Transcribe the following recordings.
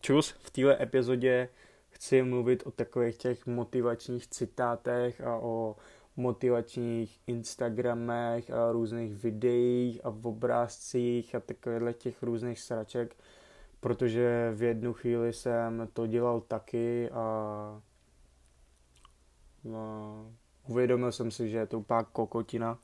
Čus, v této epizodě chci mluvit o takových těch motivačních citátech a o motivačních Instagramech a různých videích a obrázcích a takovýchhle těch různých sraček, protože v jednu chvíli jsem to dělal taky a uvědomil jsem si, že je to úplná kokotina.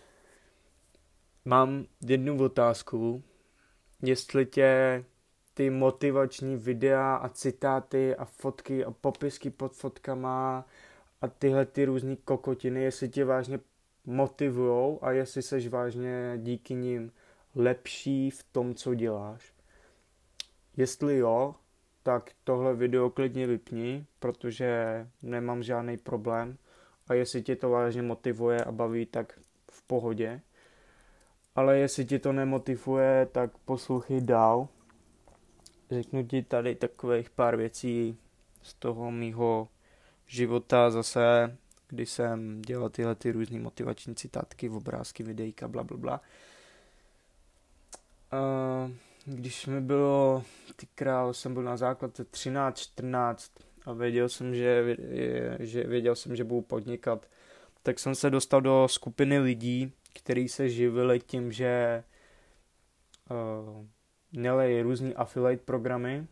Mám jednu otázku, jestli tě ty motivační videa a citáty a fotky a popisky pod fotkama a tyhle ty různý kokotiny, jestli tě vážně motivujou a jestli seš vážně díky nim lepší v tom, co děláš. Jestli jo, tak tohle video klidně vypni, protože nemám žádný problém a jestli tě to vážně motivuje a baví, tak v pohodě. Ale jestli ti to nemotivuje, tak poslouchej dál. Řeknu ti tady takových pár věcí z toho mýho života zase, kdy jsem dělal tyhle ty různý motivační citátky, obrázky, videjka, blablabla. Když mi bylo, jsem byl na základce 13-14 a věděl jsem, že budu podnikat, tak jsem se dostal do skupiny lidí, kteří se živili tím, že měli různý affiliate programy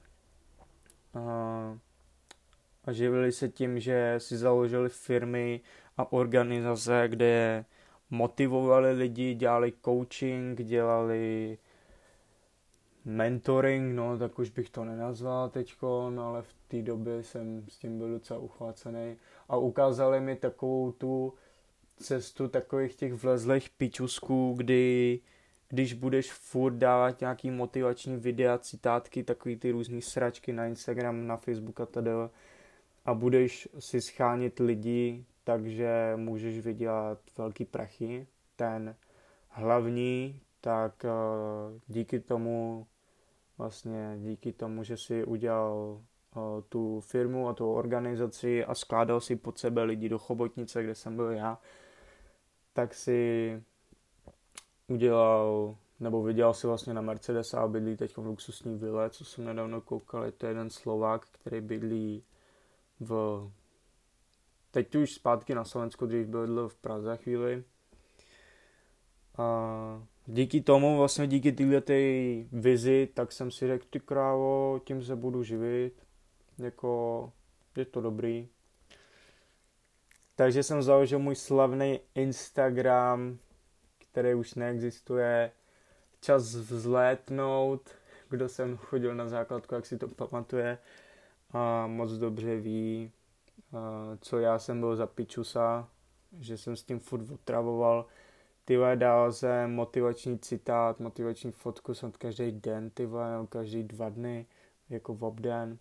a živili se tím, že si založili firmy a organizace, kde motivovali lidi, dělali coaching, dělali mentoring, no tak už bych to nenazval teďkon, ale v té době jsem s tím byl docela uchvácený a ukázali mi takovou tu cestu takových těch vlezlých pičusků, když budeš furt dávat nějaký motivační videa, citátky, takový ty různý sračky na Instagram, na Facebook a tady a budeš si schánit lidi, takže můžeš vydělat velký prachy. Ten hlavní, tak díky tomu, že si udělal tu firmu a tu organizaci a skládal si pod sebe lidi do Chobotnice, kde jsem byl já, tak si vydělal si vlastně na Mercedes a bydlí teď v luxusní vile, co jsem nedávno koukal, je to jeden Slovák, který bydlí teď tu už zpátky na Slovensku, dřív bydlel v Praze chvíli. A díky tomu, vlastně díky této vizi, tak jsem si řekl, ty krávo, tím se budu živit, jako je to dobrý. Takže jsem založil můj slavný Instagram, který už neexistuje. Čas vzlétnout, kdo jsem chodil na základku, jak si to pamatuje. A moc dobře ví, co já jsem byl za pičusa, že jsem s tím furt otravoval. Dál jsem motivační citát, motivační fotku jsem každý den, každý 2 dny, jako v obden.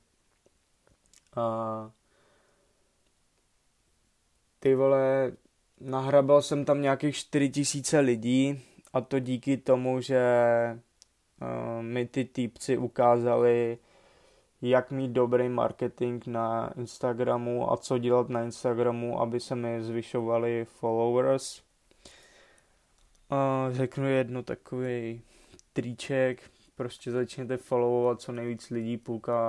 Nahrabal jsem tam nějakých 4000 lidí a to díky tomu, že mi ty týpci ukázali, jak mít dobrý marketing na Instagramu a co dělat na Instagramu, aby se mi zvyšovali followers. Řeknu jedno takový triček, prostě začněte followovat co nejvíc lidí,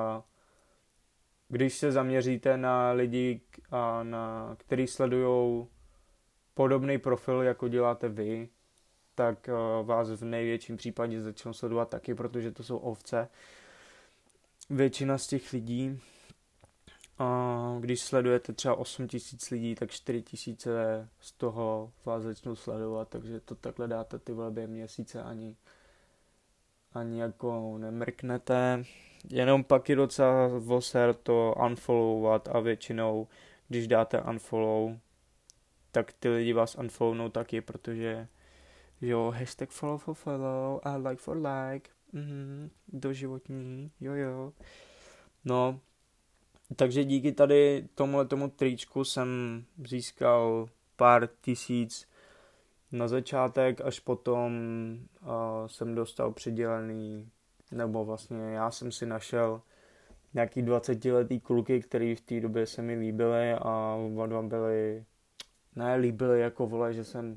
když se zaměříte na lidi, který sledují podobný profil, jako děláte vy, tak vás v největším případě začnou sledovat taky, protože to jsou ovce. Většina z těch lidí, když sledujete třeba 8000 lidí, tak 4000 z toho vás začnou sledovat, takže to takhle dáte ty během měsíce ani jako nemrknete. Jenom pak je docela voser to unfollowovat a většinou, když dáte unfollow, tak ty lidi vás unfollownou taky, protože jo, hashtag follow for follow a like for like, doživotní, jo. No, takže díky tady tomu tričku jsem získal pár tisíc na začátek, až potom jsem dostal přidělený, nebo vlastně já jsem si našel nějaký 20letý kluky, který v té době se mi líbily a oba dva líbily jako vole, že jsem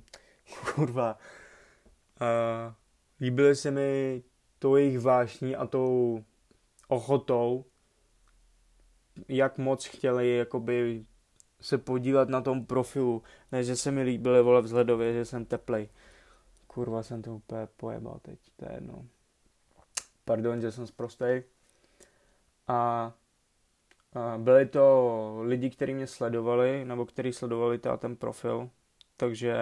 líbily se mi tou jejich vášní a tou ochotou jak moc chtěli jakoby se podívat na tom profilu, ne, že se mi líbily, vole, vzhledově, že jsem teplej. Kurva, jsem to úplně pojebal teď, to je jedno. Pardon, že jsem sprostej. A byli to lidi, kteří mě sledovali, nebo kteří sledovali ten profil, takže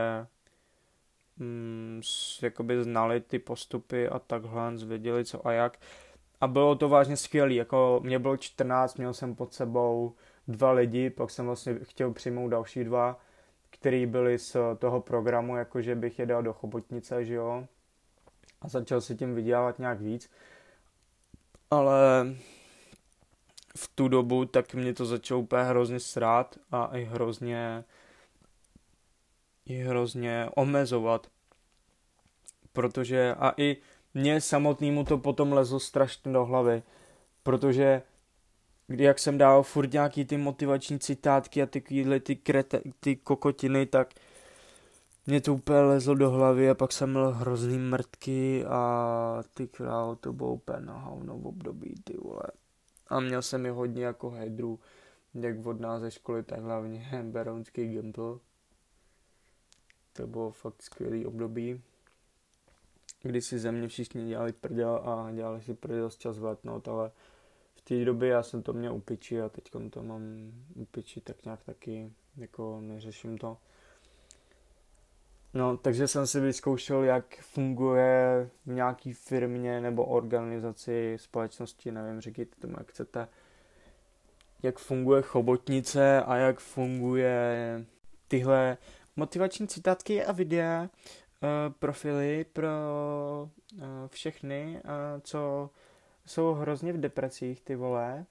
jakoby znali ty postupy a takhle, věděli co a jak. A bylo to vážně skvělý, jako mě bylo 14, měl jsem pod sebou 2 lidi, pak jsem vlastně chtěl přijmout další 2, který byli z toho programu, jakože bych je dal do Chobotnice, že jo. A začal si tím vydělávat nějak víc. Ale v tu dobu tak mě to začalo úplně hrozně srát a i hrozně omezovat. Protože a i mně samotnému to potom lezlo strašně do hlavy. Protože jak jsem dával furt nějaký ty motivační citátky a ty kokotiny, tak mě to úplně lezlo do hlavy a pak jsem měl hrozný mrtky a ty králo, to bylo úplně na hovno v období, ty vole. A měl jsem je hodně jako headrů, jak od nás ze školy, tak hlavně Berounský Gimpl. To bylo fakt skvělý období, kdy si ze mě všichni dělali prdel a dělali si prdel z čas vletnout, ale v té době já jsem to měl u piči a teď to mám u piči tak nějak taky, jako neřeším to. No, takže jsem si vyzkoušel, jak funguje v nějaký firmě nebo organizaci, společnosti, nevím, říkejte tomu, jak chcete, jak funguje Chobotnice a jak funguje tyhle motivační citátky a videa, profily pro všechny, co jsou hrozně v depresích, ty vole.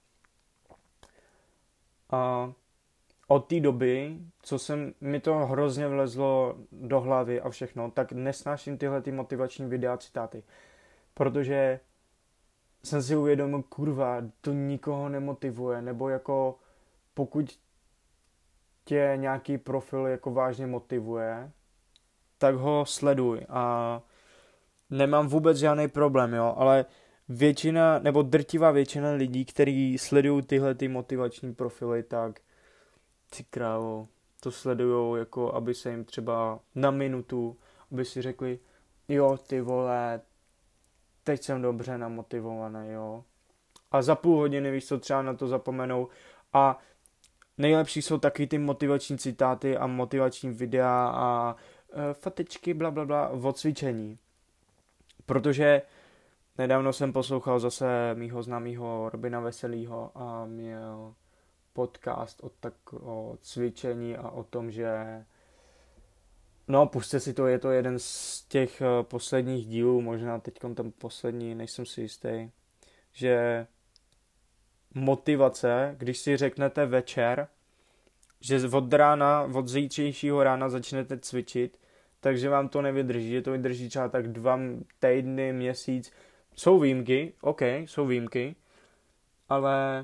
A od té doby, mi to hrozně vlezlo do hlavy a všechno, tak nesnáším tyhle ty motivační videa a citáty. Protože jsem si uvědomil, kurva, to nikoho nemotivuje, nebo jako pokud tě nějaký profil jako vážně motivuje, tak ho sleduj a nemám vůbec žádný problém, jo, ale většina, nebo drtivá většina lidí, kteří sledují tyhle ty motivační profily, tak ty krávo, to sledujou jako, aby se jim třeba na minutu, aby si řekli, jo, ty vole, teď jsem dobře namotivovaný, jo. A za půl hodiny, víš co, třeba na to zapomenou. A nejlepší jsou taky ty motivační citáty a motivační videa a fotečky, blablabla, o cvičení. Protože nedávno jsem poslouchal zase mýho známýho Robina Veselýho a měl podcast o cvičení a o tom, že no, pusťte si to, je to jeden z těch posledních dílů, možná teď ten poslední, nejsem si jistý, že motivace, když si řeknete večer, že od zítřejšího rána začnete cvičit, takže vám to nevydrží, že to vydrží třeba tak 2 týdny, měsíc. Jsou výjimky, jsou výjimky, ale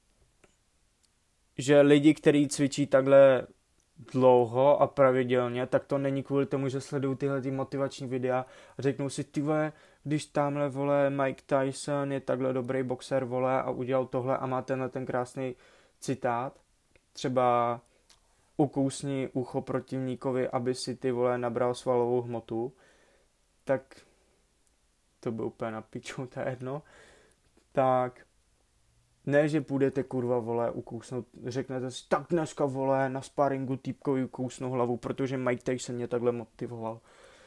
že lidi, kteří cvičí takhle dlouho a pravidelně, tak to není kvůli tomu, že sledují tyhle ty motivační videa a řeknou si, ty vole, když tamhle, vole, Mike Tyson je takhle dobrý boxer, vole, a udělal tohle a má ten krásný citát, třeba ukousni ucho protivníkovi, aby si, ty vole, nabral svalovou hmotu, tak to byl úplně na piču, to je jedno, tak ne, že půjdete, kurva, vole, ukousnout, řeknete si, tak dneska, vole, na sparingu týpkovi ukousnu hlavu, protože Mike Tyson mě takhle motivoval.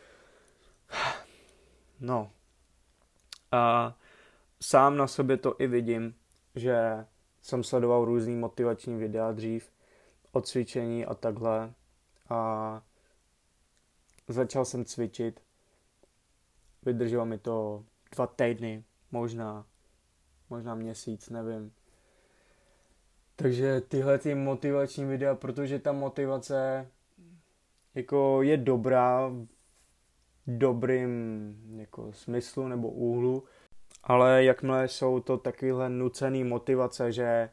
No. A sám na sobě to i vidím, že jsem sledoval různý motivační videa dřív o cvičení a takhle. A začal jsem cvičit. Vydrželo mi to 2 týdny, možná měsíc, nevím. Takže tyhle ty motivační videa, protože ta motivace jako je dobrá v dobrým jako smyslu nebo úhlu, ale jakmile jsou to takovéhle nucený motivace, že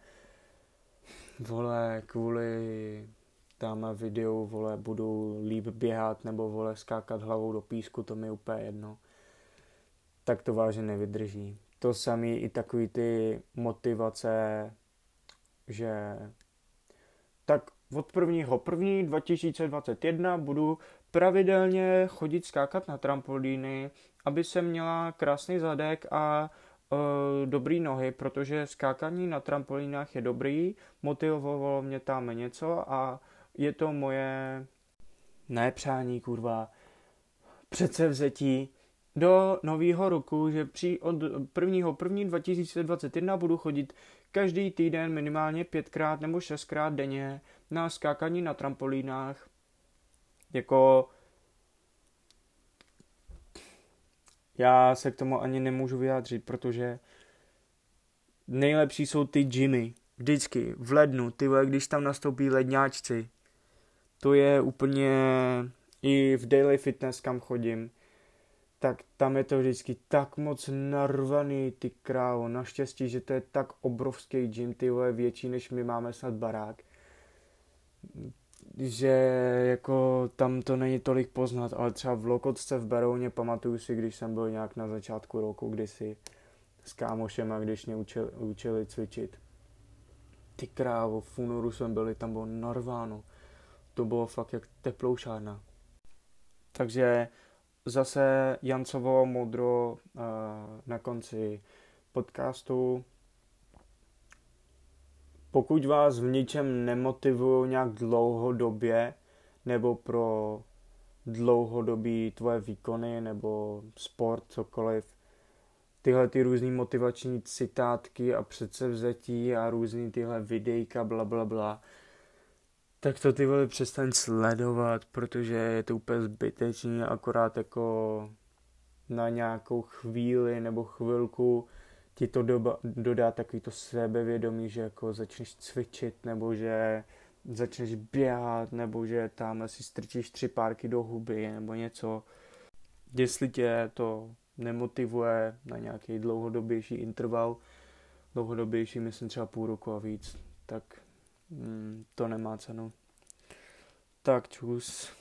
vole, kvůli tam videu, vole, budu líp běhat nebo vole skákat hlavou do písku, to mi je úplně jedno, tak to vážně nevydrží. To samý i takový ty motivace, že tak od 1.1.2021 budu pravidelně chodit skákat na trampolíny, aby jsem měla krásný zadek a dobrý nohy, protože skákání na trampolínách je dobrý, motivovalo mě tam něco a je to moje nepřání, kurva, předsevzetí do nového roku, že od 1.1.2021 budu chodit každý týden minimálně 5x nebo 6x denně na skákání na trampolínách. Jako já se k tomu ani nemůžu vyjádřit, protože nejlepší jsou ty gymy. Vždycky v lednu, ty vole, když tam nastoupí ledňáčci. To je úplně i v daily fitness, kam chodím, tak tam je to vždycky tak moc narvaný, ty krávo. Naštěstí, že to je tak obrovský gym, ty vole, větší než my máme snad barák. Že jako tam to není tolik poznat, ale třeba v Lokotce v Berouně pamatuju si, když jsem byl nějak na začátku roku kdysi s kámošema, když mě učili cvičit. Ty krávo, v únoru jsme byli, tam bylo narváno. To bylo fakt jak teploušárna. Takže zase Jancovo moudro na konci podcastu. Pokud vás v ničem nemotivují nějak dlouhodobě nebo pro dlouhodobý tvoje výkony nebo sport, cokoliv, tyhle ty různý motivační citátky a předsevzetí a různý tyhle videjka blablabla, tak to ty vole přestaň sledovat, protože je to úplně zbytečný, akorát jako na nějakou chvíli nebo chvilku ti to dodá takový to sebevědomí, že jako začneš cvičit, nebo že začneš běhat, nebo že tam si strčíš 3 párky do huby, nebo něco. Jestli tě to nemotivuje na nějaký dlouhodobější interval, dlouhodobější, myslím třeba půl roku a víc, tak to nemá cenu. Tak čus.